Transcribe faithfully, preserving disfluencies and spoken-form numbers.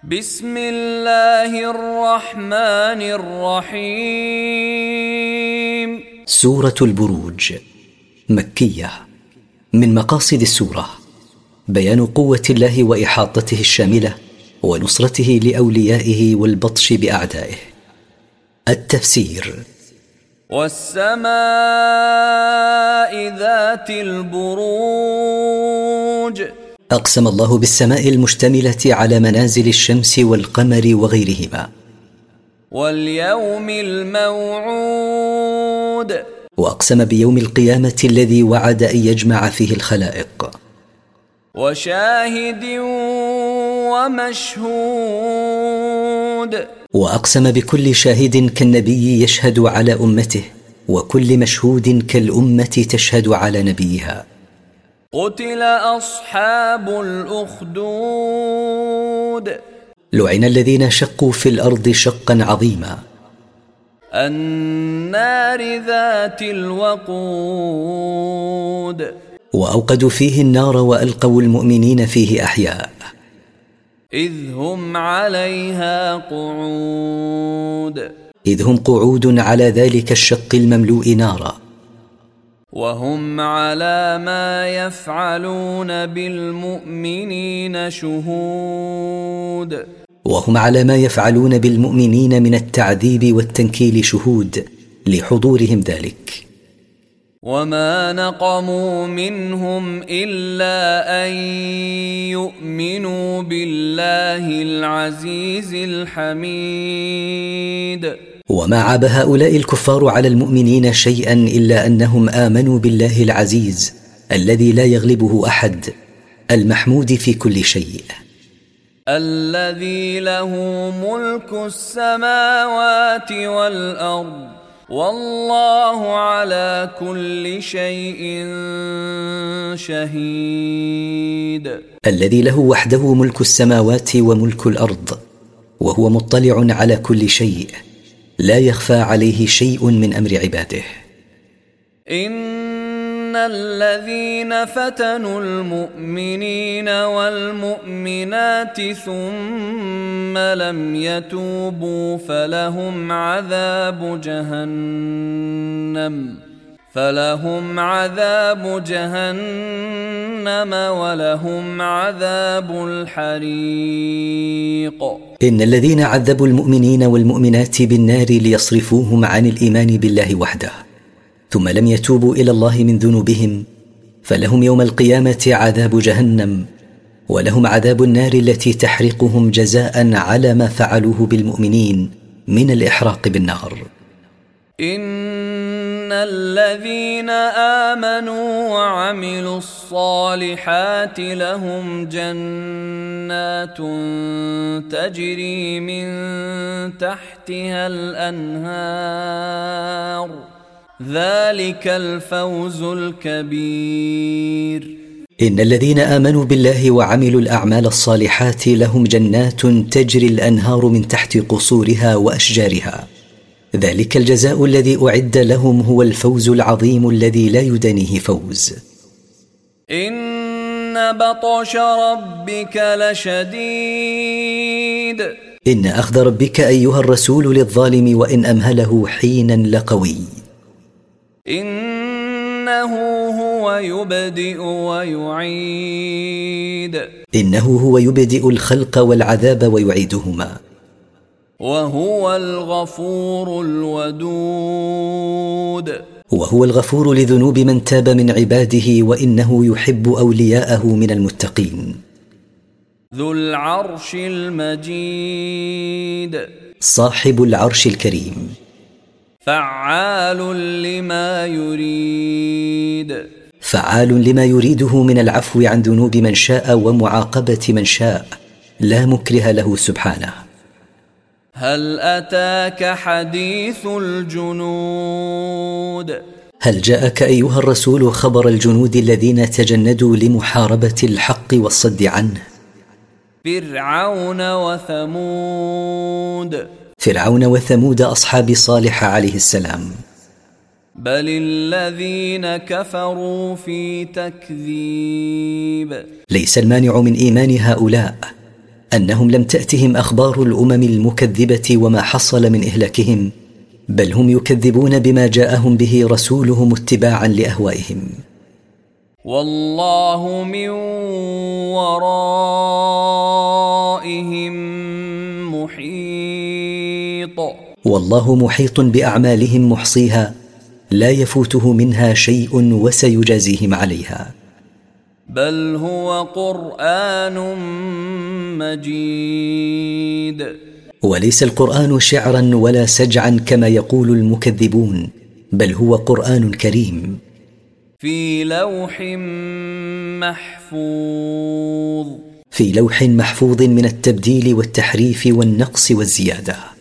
بسم الله الرحمن الرحيم. سورة البروج مكية. من مقاصد السورة بيان قوة الله وإحاطته الشاملة ونصرته لأوليائه والبطش بأعدائه. التفسير: والسماء ذات البروج. أقسم الله بالسماء المشتملة على منازل الشمس والقمر وغيرهما. واليوم الموعود. وأقسم بيوم القيامة الذي وعد أن يجمع فيه الخلائق. وشاهد ومشهود. وأقسم بكل شاهد كالنبي يشهد على أمته، وكل مشهود كالأمة تشهد على نبيها. قتل أصحاب الأخدود. لعن الذين شقوا في الأرض شقا عظيما. النار ذات الوقود. وأوقدوا فيه النار وألقوا المؤمنين فيه أحياء. إذ هم عليها قعود. إذ هم قعود على ذلك الشق المملوء نارا. وهم على ما يفعلون بالمؤمنين شهود. وهم على ما يفعلون بالمؤمنين من التعذيب والتنكيل شهود لحضورهم ذلك. وما نقموا منهم إلا أن يؤمنوا بالله العزيز الحميد. وما عاب هؤلاء الكفار على المؤمنين شيئا إلا أنهم آمنوا بالله العزيز الذي لا يغلبه أحد، المحمود في كل شيء، الذي له ملك السماوات والأرض والله على كل شيء شهيد. الذي له وحده ملك السماوات وملك الأرض، وهو مطلع على كل شيء، لا يخفى عليه شيء من أمر عباده. إن الذين فتنوا المؤمنين والمؤمنات ثم لم يتوبوا فلهم عذاب جهنم فلهم عذاب جهنم ولهم عذاب الحريق. إن الذين عذبوا المؤمنين والمؤمنات بالنار ليصرفوهم عن الإيمان بالله وحده ثم لم يتوبوا إلى الله من ذنوبهم فلهم يوم القيامة عذاب جهنم ولهم عذاب النار التي تحرقهم جزاء على ما فعلوه بالمؤمنين من الإحراق بالنار. إن الذين آمنوا وعملوا الصالحات لهم جنات تجري من تحتها الأنهار ذلك الفوز الكبير. إن الذين آمنوا بالله وعملوا الأعمال الصالحات لهم جنات تجري الأنهار من تحت قصورها وأشجارها، ذلك الجزاء الذي أعد لهم هو الفوز العظيم الذي لا يدانيه فوز. إن بطش ربك لشديد. إن أخذ ربك أيها الرسول للظالم وإن أمهله حينا لقوي. إنه هو يبدئ ويعيد. إنه هو يبدئ الخلق والعذاب ويعيدهما. وهو الغفور الودود. وهو الغفور لذنوب من تاب من عباده وإنه يحب أولياءه من المتقين. ذو العرش المجيد. صاحب العرش الكريم. فعال لما يريد. فعال لما يريده من العفو عن ذنوب من شاء ومعاقبة من شاء، لا مكره له سبحانه. هل أتاك حديث الجنود. هل جاءك أيها الرسول خبر الجنود الذين تجندوا لمحاربة الحق والصد عنه؟ فرعون وثمود. فرعون وثمود أصحاب صالح عليه السلام. بل الذين كفروا في تكذيب. ليس المانع من إيمان هؤلاء، انهم لم تاتهم اخبار الامم المكذبه وما حصل من اهلاكهم، بل هم يكذبون بما جاءهم به رسولهم اتباعا لاهوائهم. والله من ورائهم محيط. والله محيط باعمالهم محصيها، لا يفوته منها شيء وسيجازيهم عليها. بل هو قرآن مجيد. وليس القرآن شعرا ولا سجعا كما يقول المكذبون، بل هو قرآن كريم في لوح محفوظ. في لوح محفوظ من التبديل والتحريف والنقص والزيادة.